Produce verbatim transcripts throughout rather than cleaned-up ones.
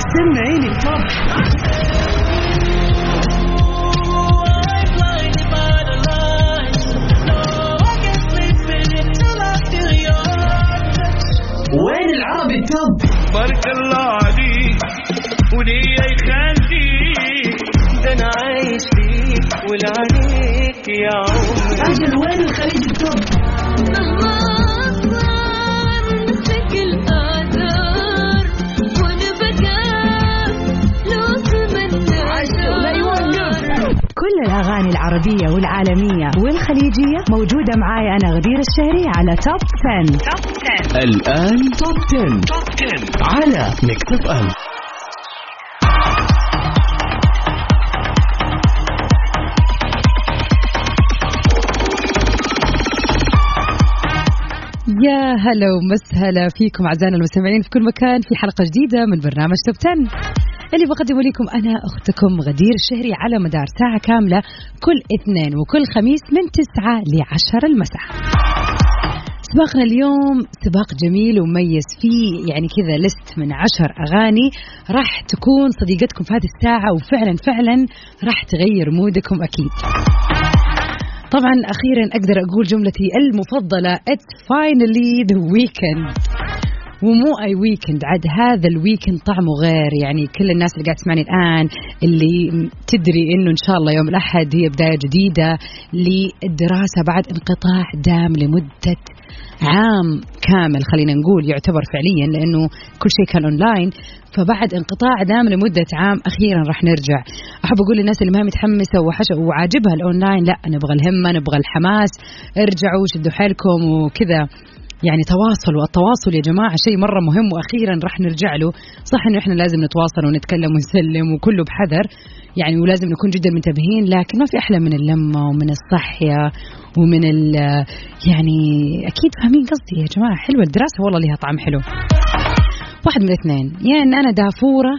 سمعيني طب. وين العربي التوب؟ بارك الله عليك ولي يخليك ده انا عايش فيك ولا عليك يا عمري. اجل وين الخليج التوب؟ مهما صار نسجل آثار ونبقى لو تمنى لا يوقف. كل الأغاني العربية والعالمية والخليجية موجودة معاي أنا غدير الشهري على توب عشرة. توب عشرة الآن توب عشرة توب عشرة على ميكس اف ام. يا هلا ومسهلا فيكم أعزائنا المستمعين في كل مكان في حلقة جديدة من برنامج توب عشرة اللي بقدمه لكم أنا أختكم غدير الشهري على مدار ساعة كاملة كل اثنين وكل خميس من تسعة لعشرة المساء. سباقنا اليوم سباق جميل ومميز فيه يعني كذا لست من عشر أغاني راح تكون صديقتكم في هذه الساعة وفعلا فعلا راح تغير مودكم أكيد. طبعا أخيرا أقدر أقول جملتي المفضلة It's finally the weekend. ومو أي ويكند عاد، هذا الويكند طعمه غير. يعني كل الناس اللي قاعد تسمعني الآن اللي تدري إنه إن شاء الله يوم الأحد هي بداية جديدة للدراسة بعد انقطاع دام لمدة عام كامل، خلينا نقول يعتبر فعليا لأنه كل شيء كان أونلاين، فبعد انقطاع دام لمدة عام أخيرا راح نرجع. أحب أقول للناس اللي ما هي متحمسة وعاجبها الأونلاين، لا نبغى الهمة نبغى الحماس، ارجعوا شدوا حيلكم وكذا. يعني تواصل، والتواصل يا جماعة شيء مرة مهم وأخيرا راح نرجع له. صح إنه إحنا لازم نتواصل ونتكلم ونسلم وكله بحذر يعني، ولازم نكون جدا منتبهين، لكن ما في أحلى من اللمة ومن الصحية ومن ال يعني أكيد فاهمين قصدي يا جماعة. حلوة الدراسة والله لها طعم حلو. واحد من الاثنين، يا إن أنا دافورة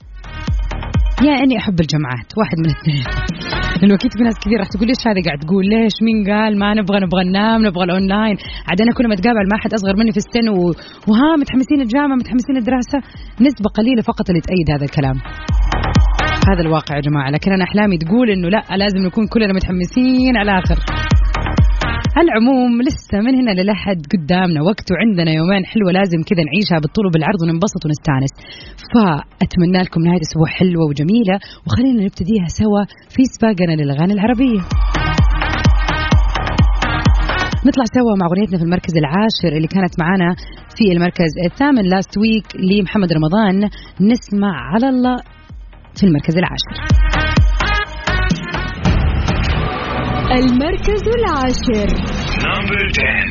يا إني أحب الجامعات، واحد من الاثنين. لأنه أكيد في ناس كثير راح تقول ليش هذا قاعد تقول، ليش مين قال ما نبغى نبغى ننام نبغى الأونلاين. عادنا كل ما تقابل مع أحد أصغر مني في السن و... وها متحمسين الجامعة متحمسين الدراسة، نسبة قليلة فقط اللي تأيد هذا الكلام. هذا الواقع يا جماعة، لكن أنا أحلامي تقول إنه لا لازم نكون كلنا متحمسين على الآخر. على العموم لسه من هنا للأحد قدامنا وقت، وعندنا يومين حلوة لازم كذا نعيشها بالطول وبالعرض وننبسط ونستانس. فأتمنى لكم نهاية أسبوع حلوة وجميلة، وخلينا نبتديها سوا في سباقنا للأغاني العربية. نطلع سوا مع أغنيتنا في المركز العاشر اللي كانت معنا في المركز الثامن لاست ويك لمحمد رمضان، نسمع على الله في المركز العاشر. المركز العاشر Number ten.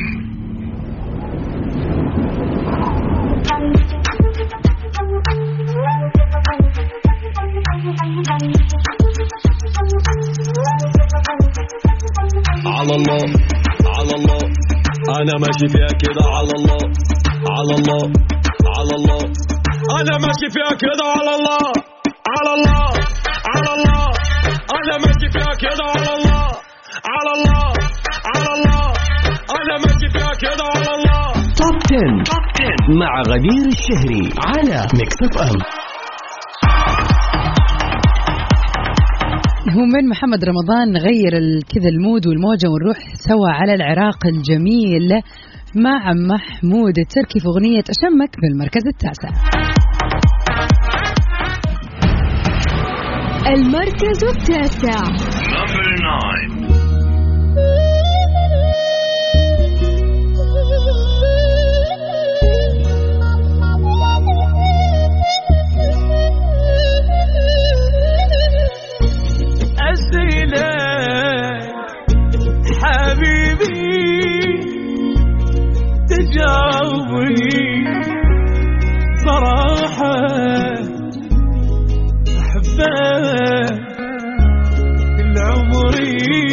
على الله على الله أنا ماشي فيها كده، على الله على الله على الله أنا ماشي فيها كده، على الله على الله على الله أنا ماشي فيها كده، على الله على الله على الله أنا ماشي فيها كده، على الله. توب عشرة مع غدير الشهري على ميكس اف ام. هو من محمد رمضان نغير كذا المود والموجة ونروح سوا على العراق الجميل مع محمود التركي في أغنية أشمك بالمركز التاسع. المركز التاسع Number nine. حبيبي تجاوبني صراحة، أحبك كل عمري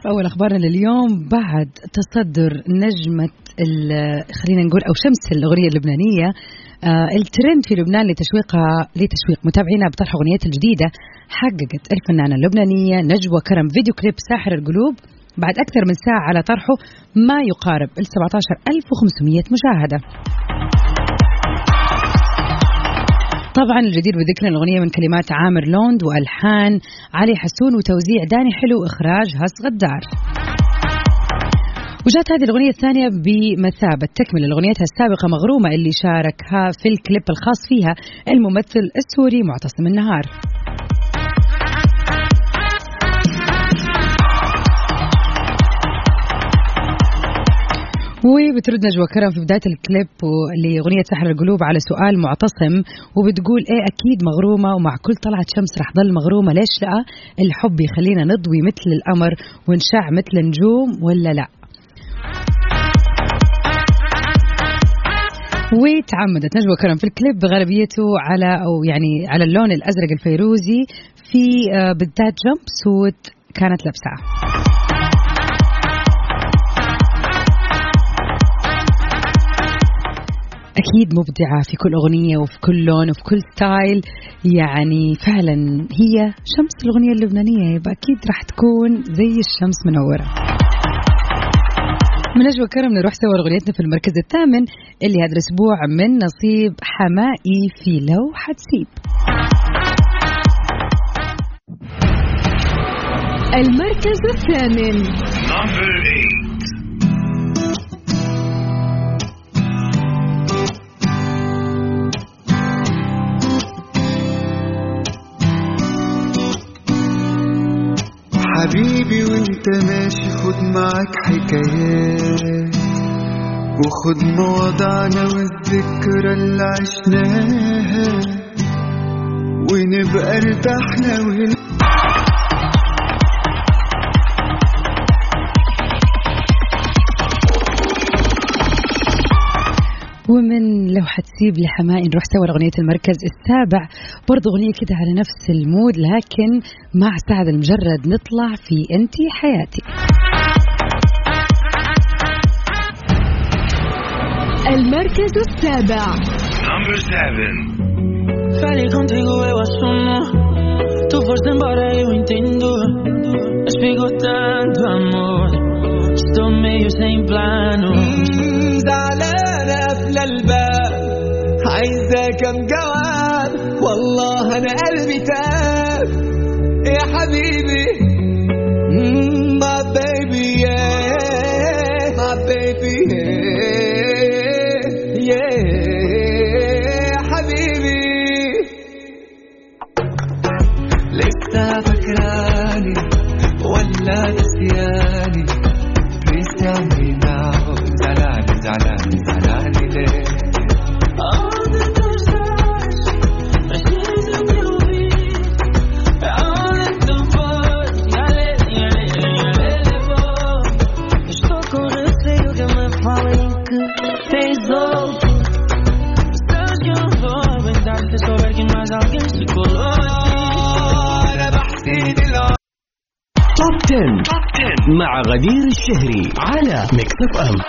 أول أخبارنا لليوم بعد تصدر نجمة خلينا نقول أو شمس الأغنية اللبنانية آه الترند في لبنان لتشويقها لتشويق متابعينها بطرح أغنيتها الجديدة، حققت الفنانة اللبنانية نجوى كرم فيديو كليب ساحر القلوب بعد أكثر من ساعة على طرحه ما يقارب ال سبعة عشر ألف وخمسمية مشاهدة. طبعا الجدير بذكر الأغنية من كلمات عامر لوند وألحان علي حسون وتوزيع داني حلو وإخراج هس غدار. وجاءت هذه الأغنية الثانية بمثابة تكمل لأغنيتها السابقة مغرومة اللي شاركها في الكليب الخاص فيها الممثل السوري معتصم النهار. وبترد نجوى كرم في بداية الكليب لأغنية سحر القلوب على سؤال معتصم وبتقول ايه أكيد مغرومة ومع كل طلعة شمس رح ضل مغرومة، ليش لا؟ الحب يخلينا نضوي مثل القمر ونشع مثل النجوم ولا لا؟ وتعمدت نجوى كرم في الكليب بغالبيته على أو يعني على اللون الأزرق الفيروزي في بالذات جمب سوت كانت لابسة. أكيد مبدعة في كل أغنية وفي كل لون وفي كل ستايل، يعني فعلا هي شمس الأغنية اللبنانية، يبقى أكيد راح تكون زي الشمس منورة. من نجوى كرم نروح سوا لأغنيتنا في المركز الثامن اللي هذا الأسبوع من نصيب حمائي في لو حتسيب. المركز الثامن. حبيبي وانت ماشي خد معك حكايات وخد مواضعنا والذكرى اللي عشناها ونبقى ارتحنا وهن ومن لو حتسيب لحمائي نروح سوا لأغنية المركز السابع، برضو أغنية كده على نفس المود لكن مع سعد المجرد نطلع في أنتي حياتي. المركز السابع. Number seven. Falei contigo, eu assumo. Tu foste embora, eu entendo. Mas pegou tanto amor. Estou meio sem plano. زعلانة قبل الباب عايزة كم جواب والله أنا قلبي تاب يا حبيبي my baby yeah my baby yeah yeah حبيبي لسه فاكراني ولا نسياني please tell me now زعلاني زعلاني زعلاني ليه All the doors touch, preciso me ouvir. All at the voz, yale, yale, yale, levou. Estou com receio que me falem que fez outro. Sabes que eu não vou aguentar se souber que mais alguém se colou assim. أنا بحسيد العمر توب عشرة مع غدير الشهري على ميكس اف ام.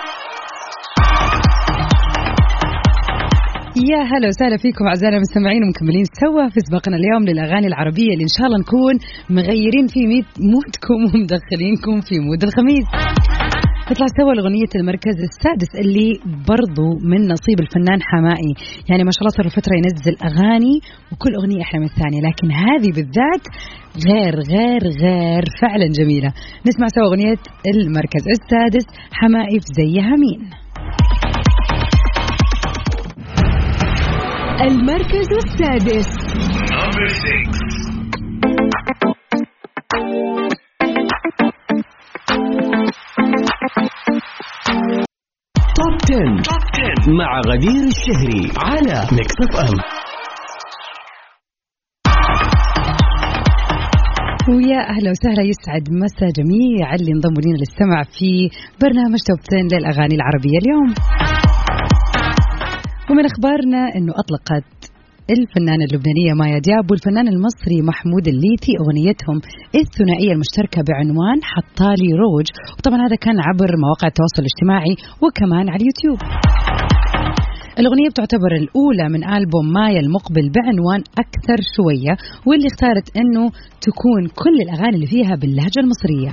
يا هلا وسهلا فيكم أعزائنا المستمعين ومكملين سوا في سباقنا اليوم للأغاني العربية اللي إن شاء الله نكون مغيرين في مودكم ومدخلينكم في مود الخميس. نطلع سوا لأغنية المركز السادس اللي برضو من نصيب الفنان حمائي، يعني ما شاء الله صار الفترة ينزل أغاني وكل أغنية أحلى من الثانية، لكن هذه بالذات غير غير غير فعلا جميلة. نسمع سوا أغنية المركز السادس حمائي في زيها مين. المركز السادس. Number six. توب عشرة مع غدير الشهري على ميكس اف ام. ويا أهلا وسهلا، يسعد مسا جميع اللي انضموا لنا للسمع في برنامج توب عشرة للأغاني العربية اليوم. ومن أخبارنا أنه أطلقت الفنانة اللبنانية مايا دياب والفنان المصري محمود الليثي أغنيتهم الثنائية المشتركة بعنوان حطالي روج، وطبعا هذا كان عبر مواقع التواصل الاجتماعي وكمان على اليوتيوب. الأغنية بتعتبر الأولى من ألبوم مايا المقبل بعنوان أكثر شوية، واللي اختارت أنه تكون كل الأغاني اللي فيها باللهجة المصرية.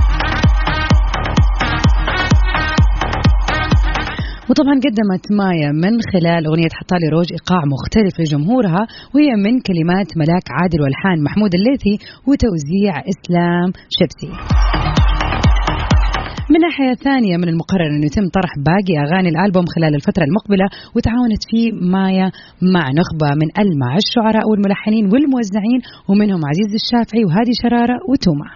وطبعا قدمت مايا من خلال أغنية حطالي روج إيقاع مختلف لجمهورها، وهي من كلمات ملاك عادل والحان محمود الليثي وتوزيع إسلام شبسي. من ناحية ثانية من المقرر أن يتم طرح باقي أغاني الألبوم خلال الفترة المقبلة، وتعاونت فيه مايا مع نخبة من ألمع الشعراء والملحنين والموزعين، ومنهم عزيز الشافعي وهادي شرارة وتوما.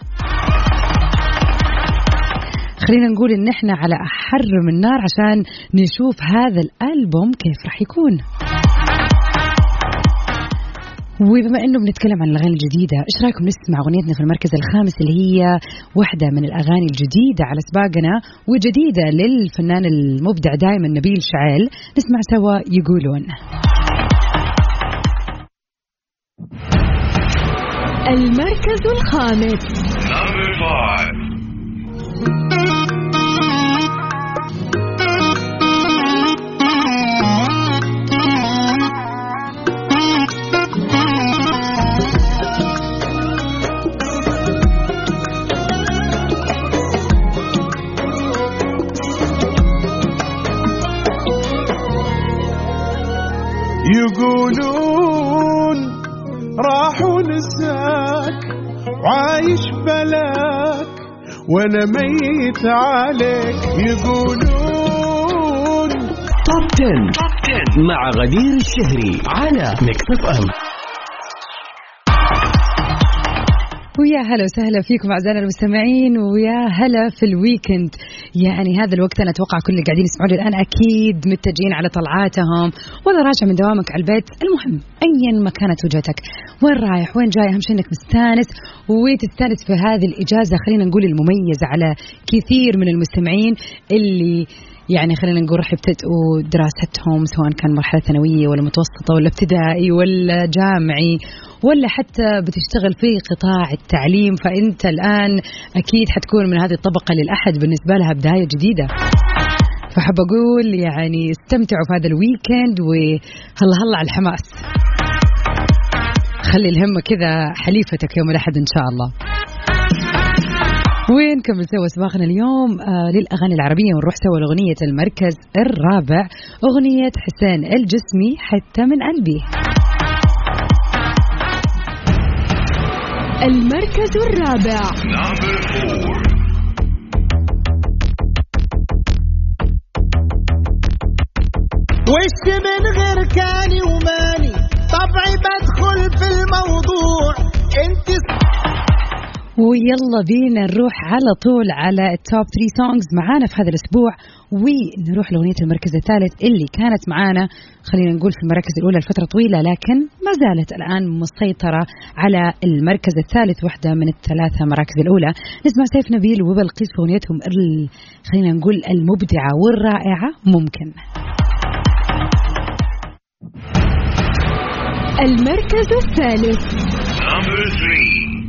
خلينا نقول إن إحنا على أحر من نار عشان نشوف هذا الألبوم كيف رح يكون. وبما إنه بنتكلم عن الأغاني الجديدة، إيش رأيكم نسمع أغنيتنا في المركز الخامس اللي هي واحدة من الأغاني الجديدة على سباقنا وجديدة للفنان المبدع دائما نبيل شعيل. نسمع سوا يقولون. المركز الخامس. Number five. يقولون راحوا نساك وعايش بلاك وانا ميت عليك. يقولون توب عشرة مع غدير الشهري على ميكس اف ام. ويا هلا وسهلا فيكم أعزائنا المستمعين، ويا هلا في الويكند. يعني هذا الوقت أنا أتوقع كل اللي قاعدين يسمعوني الآن أكيد متجهين على طلعاتهم، ولا راجع من دوامك على البيت. المهم أيا ما كانت وجهتك، وين رايح وين جاي، أهم شيء إنك مستانس وتستانس في هذه الإجازة، خلينا نقول المميزة على كثير من المستمعين اللي يعني خلينا نقول راح يبتدئوا دراستهم، سواء كان مرحلة ثانوية ولا متوسطة ولا ابتدائي ولا جامعي ولا حتى بتشتغل في قطاع التعليم. فأنت الآن أكيد حتكون من هذه الطبقة للأحد بالنسبة لها بداية جديدة. فحب أقول يعني استمتعوا في هذا الويكند وهلا هلا على الحماس. خلي الهمة كذا حليفتك يوم الأحد إن شاء الله. ونكمل سوا سباقنا اليوم آه للأغاني العربية، ونروح سوا لأغنية المركز الرابع، أغنية حسين الجسمي حتى من قلبي. المركز الرابع. وش من غير كاني وماني طبعي بدخل في الموضوع انت. ويلا بينا نروح على طول على التوب ثري سونجز معانا في هذا الأسبوع، ونروح لأغنية المركز الثالث اللي كانت معانا خلينا نقول في المراكز الأولى لفترة طويلة، لكن ما زالت الآن مسيطرة على المركز الثالث، واحدة من الثلاثة مراكز الأولى. نسمع سيف نبيل وبلقيس في أغنيتهم خلينا نقول المبدعة والرائعة ممكن. المركز الثالث. Number three.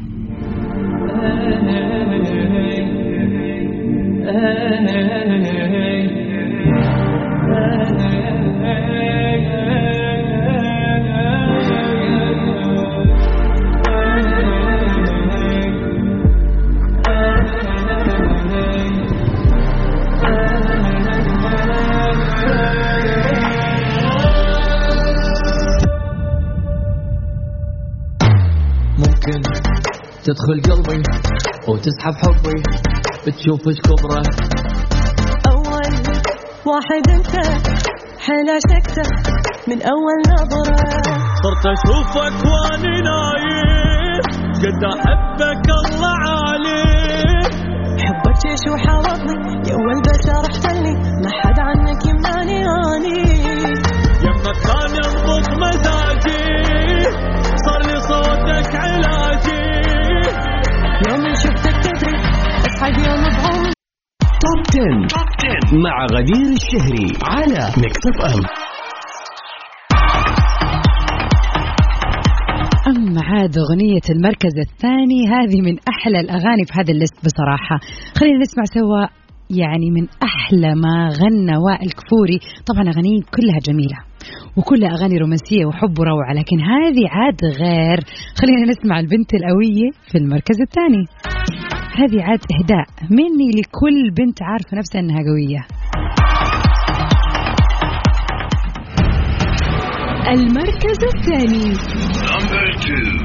ممكن تدخل قلبي وتسحب حبي بتشوف ايش كبره. أول واحد انت حلا سكتة من أول نظرة، صرت أشوفك واني نايم قد أحبك الله عليك. حبك شيش وحاوطني يا أول بشر احتلني ما حد عنك يمنعني أني يمك كان ينبض مزاجي صار لي صوتك علاجي. يوم شفتك تدري أصحاب يوم بعمري. توب عشرة مع غدير الشهري على ميكس اف ام. عاد أغنية المركز الثاني، هذه من أحلى الأغاني في هذا الليست بصراحة. خلينا نسمع سوا يعني من أحلى ما غنى وائل كفوري. طبعا أغانيه كلها جميلة وكلها أغاني رومانسية وحب وروعة، لكن هذه عاد غير. خلينا نسمع البنت القوية في المركز الثاني. هذه عاد إهداء مني لكل بنت عارفة نفسها أنها قوية. المركز الثاني. Number two.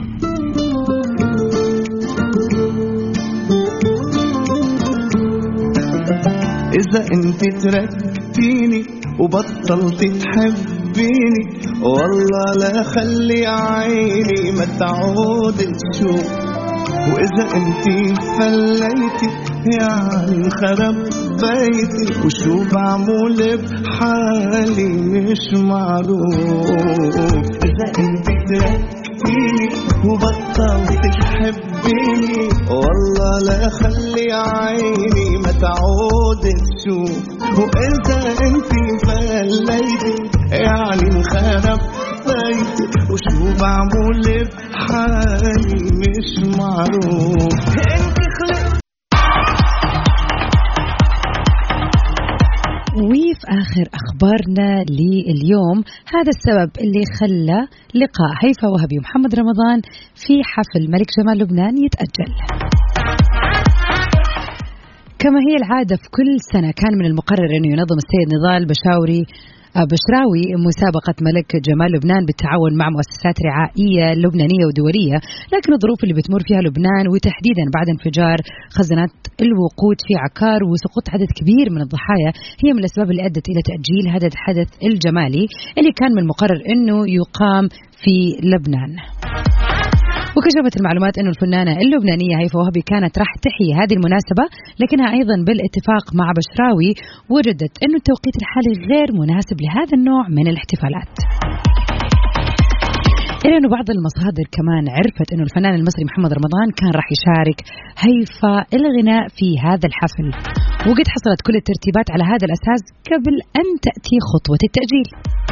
إذا أنت تركتيني وبطلت تحبيني، والله لا خلي عيني ما تعود تشوف. وإذا أنت فليتي يعني خرب بيتي، وشو بعمل بحالي مش معروف. إذا أنت تركتيني وبطلت تحبيني، والله لا خلي عيني ما تعود تشوف. وإذا أنت فليتي يعني خرب بيتي، وشو بعمل بحالي مش معروف. أنت خلق. وفي آخر أخبارنا لليوم، هذا السبب اللي خلى لقاء هيفاء وهبي ومحمد رمضان في حفل ملك جمال لبنان يتأجل. كما هي العادة في كل سنة، كان من المقرر أنه ينظم السيد نضال بشاوري بشراوي مسابقة ملك جمال لبنان بالتعاون مع مؤسسات رعائية لبنانية ودولية، لكن الظروف اللي بتمر فيها لبنان وتحديدا بعد انفجار خزانات الوقود في عكار وسقوط عدد كبير من الضحايا هي من الأسباب اللي أدت إلى تأجيل هذا الحدث الجمالي اللي كان من المقرر أنه يقام في لبنان. وكشفت المعلومات أنه الفنانة اللبنانية هيفاء وهبي كانت راح تحيي هذه المناسبة، لكنها أيضا بالاتفاق مع بشراوي وجدت أنه التوقيت الحالي غير مناسب لهذا النوع من الاحتفالات. إلا أنه بعض المصادر كمان عرفت أنه الفنان المصري محمد رمضان كان راح يشارك هيفاء الغناء في هذا الحفل، وقد حصلت كل الترتيبات على هذا الأساس قبل أن تأتي خطوة التأجيل.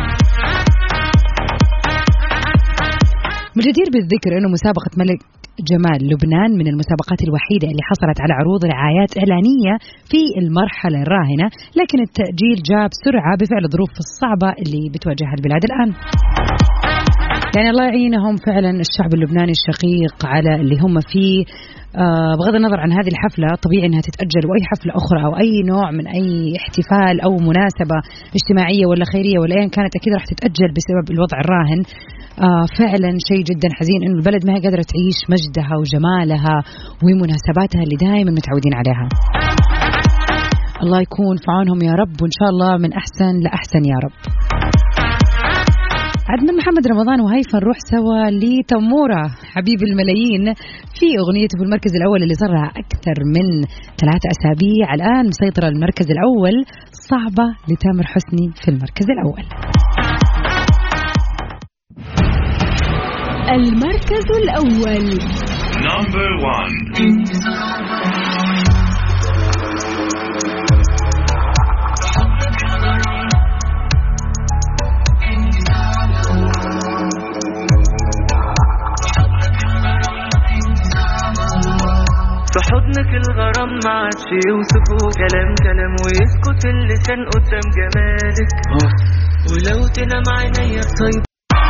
من الجدير بالذكر أنه مسابقة ملك جمال لبنان من المسابقات الوحيدة اللي حصلت على عروض رعايات إعلانية في المرحلة الراهنة، لكن التأجيل جاء بسرعة بفعل الظروف الصعبة اللي بتواجهها البلاد الآن. يعني الله يعينهم فعلا الشعب اللبناني الشقيق على اللي هم فيه. آه بغض النظر عن هذه الحفلة، طبيعي أنها تتأجل، وأي حفلة أخرى أو أي نوع من أي احتفال أو مناسبة اجتماعية ولا خيرية ولا أيا كانت أكيد راح تتأجل بسبب الوضع الراهن. آه فعلا شيء جدا حزين إنه البلد ما هي قادرة تعيش مجدها وجمالها ومناسباتها اللي دائما متعودين عليها. الله يكون في عونهم يا رب، وإن شاء الله من أحسن لأحسن يا رب. عدنا محمد رمضان وهيفاء نروح سوا لتمورة حبيب الملايين في أغنيته في المركز الأول اللي صار لها أكثر من ثلاثة أسابيع، الآن مسيطرة المركز الأول. صعبة لتامر حسني في المركز الأول. المركز الأول. Number one. في حضنك الغرام ما عادش يوصفه، كلام كلام ويسكت اللسان قدام جمالك، ولو تنام عينيا تصيب.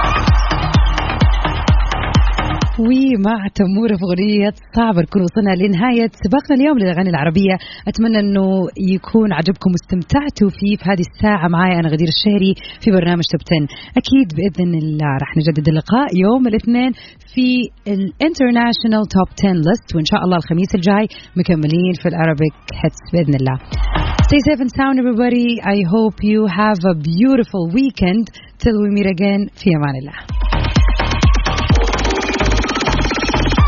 ومع تمورة في أغنية صعبة نكون وصلنا لنهاية سباقنا اليوم للأغاني العربية. أتمنى أنه يكون عجبكم واستمتعتوا فيه في هذه الساعة معي أنا غدير الشهري في برنامج توب عشرة. أكيد بإذن الله راح نجدد اللقاء يوم الاثنين في الانترناشنال توب عشرة ليست، وإن شاء الله الخميس الجاي مكملين في العربيك هيتس بإذن الله. Stay safe and sound everybody. I hope you have a beautiful weekend till we meet again. في أمان الله.